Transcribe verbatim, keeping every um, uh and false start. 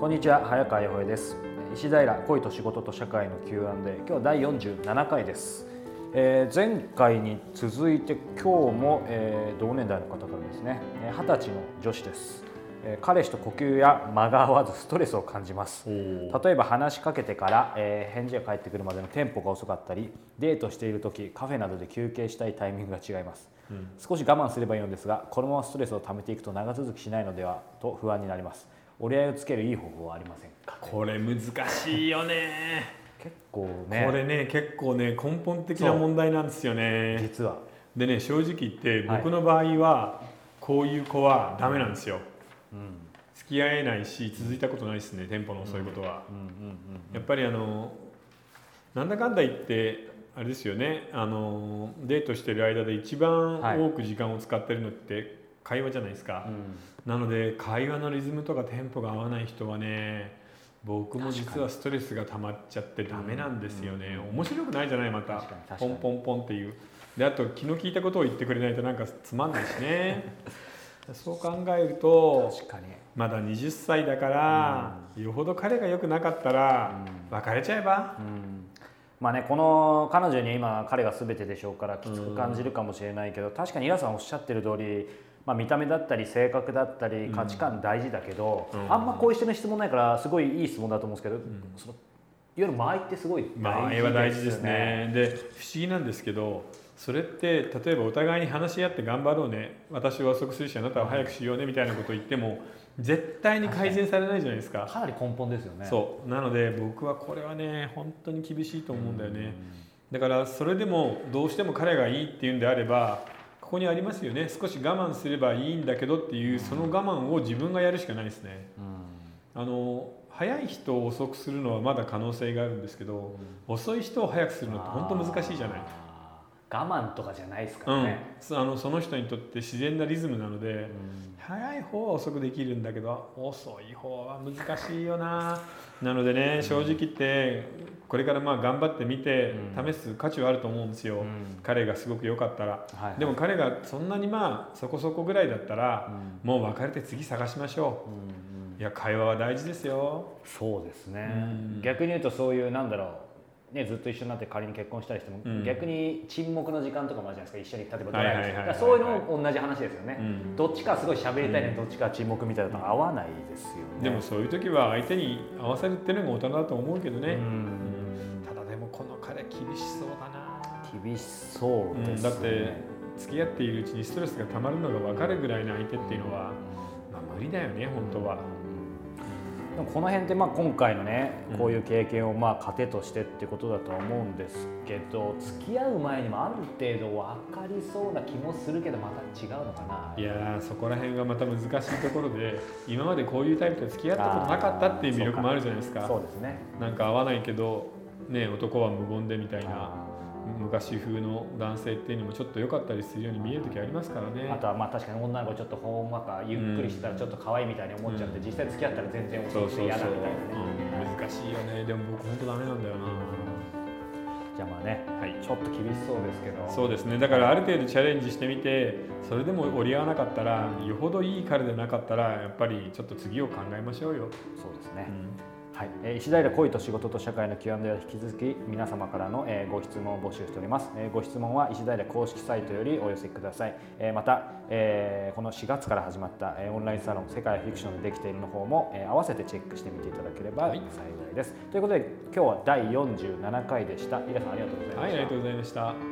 んにちは、早川洋平です。石平恋と仕事と社会の キューアンドエー、今日はだいよんじゅうななかいです。えー、前回に続いて今日も、えー、同年代の方からですね、はたちの女子です。えー、彼氏と呼吸や間が合わずストレスを感じます。例えば話しかけてから、えー、返事が返ってくるまでのテンポが遅かったり、デートしている時カフェなどで休憩したいタイミングが違います。うん、少し我慢すればいいのですが、このままストレスを溜めていくと長続きしないのではと不安になります。折り合いをつけるいい方法はありませんか？ これ難しいよね。 結構ね、 これね結構ね根本的な問題なんですよね。 実はでね、正直言って僕の場合はこういう子はダメなんですよ。うん、付き合えないし続いたことないですね、テンポの遅いことは。やっぱりあのなんだかんだ言ってあれですよね、あのデートしてる間で一番多く時間を使ってるのって会話じゃないですか。うん、なので会話のリズムとかテンポが合わない人はね、僕も実はストレスが溜まっちゃってダメなんですよね。面白くないじゃない、またポンポンポンっていう。であと気の利いたことを言ってくれないとなんかつまんないしね。そう考えるとまだはたちだから、うん、よほど彼が良くなかったら、うん、別れちゃえば、うん、 まあね、この彼女に今彼が全てでしょうからきつく感じるかもしれないけど、うん、確かにイラさんおっしゃってる通り、まあ、見た目だったり性格だったり価値観大事だけど、うん、あんまこういう人の質問ないからすごいいい質問だと思うんですけど、うん、そのいわゆる間合いってすごい大事ですね。 間合いは大事ですね。で不思議なんですけど、それって例えばお互いに話し合って頑張ろうね、私は遅くするしあなたは早くしようねみたいなことを言っても絶対に改善されないじゃないですか。 かなり根本ですよね。 そうなので僕はこれはね本当に厳しいと思うんだよね。だからそれでもどうしても彼がいいっていうんであれば、ここにありますよね、少し我慢すればいいんだけどっていう、その我慢を自分がやるしかないですね。あの早い人を遅くするのはまだ可能性があるんですけど、遅い人を早くするのって本当難しいじゃない。 我慢とかじゃないですからね、 うん、あのその人にとって自然なリズムなので、うん、早い方は遅くできるんだけど遅い方は難しいよな。なのでね、うん、正直言ってこれからまあ頑張ってみて試す価値はあると思うんですよ、うん、彼がすごく良かったら、はいはい、でも彼がそんなにまあそこそこぐらいだったら、うん、もう別れて次探しましょう、うんうん、いや会話は大事ですよ。 そうですね、うん、逆に言うとそういうなんだろうね、ずっと一緒になって仮に結婚したりしても、うん、逆に沈黙の時間とかもあるじゃないですか。一緒に例えばドライブとかそういうのも同じ話ですよね、うん、どっちかすごい喋りたいね、うん、どっちか沈黙みたいなのと合わないですよね、 うん、でもそういう時は相手に合わせるっていうのが大人だと思うけどね、うん、ただでもこの彼厳しそうだな。 厳しそうですね、 うん、だって付き合っているうちにストレスがたまるのが分かるぐらいの相手っていうのは、まあ、無理だよね本当は。 でもこの辺ってまあ今回のねこういう経験をまあ糧としてっていうことだとは思うんですけど、付き合う前にもある程度分かりそうな気もするけどまた違うのかな。 いやーそこら辺がまた難しいところで今までこういうタイプと付き合ったことなかったっていう魅力もあるじゃないですか。 そうですね。 なんか合わないけどね、男は無言でみたいな昔風の男性っていうのもちょっと良かったりするように見える時ありますからね。 あとはまあ確かに女の子ちょっとほんわかゆっくりしたらちょっと可愛いみたいに思っちゃって、うん、実際付き合ったら全然遅くて嫌だみたいなね。 難しいよね。でも僕本当ダメなんだよな。 じゃあまあね、はい、ちょっと厳しそうですけど。 そうですね。だからある程度チャレンジしてみてそれでも折り合わなかったら、よほどいい彼でなかったらやっぱりちょっと次を考えましょうよ。 そうですね、うん、はい、えー、石平恋と仕事と社会の キューアンドエー は引き続き皆様からの、えー、ご質問を募集しております、えー、ご質問は石平公式サイトよりお寄せください、えー、また、えー、このしがつから始まった、えー、オンラインサロン世界フィクションでできているの方も、えー、合わせてチェックしてみていただければ幸いです、はい、ということで今日はだいよんじゅうななかいでした。イラさんありがとうございました。 はい、ありがとうございました。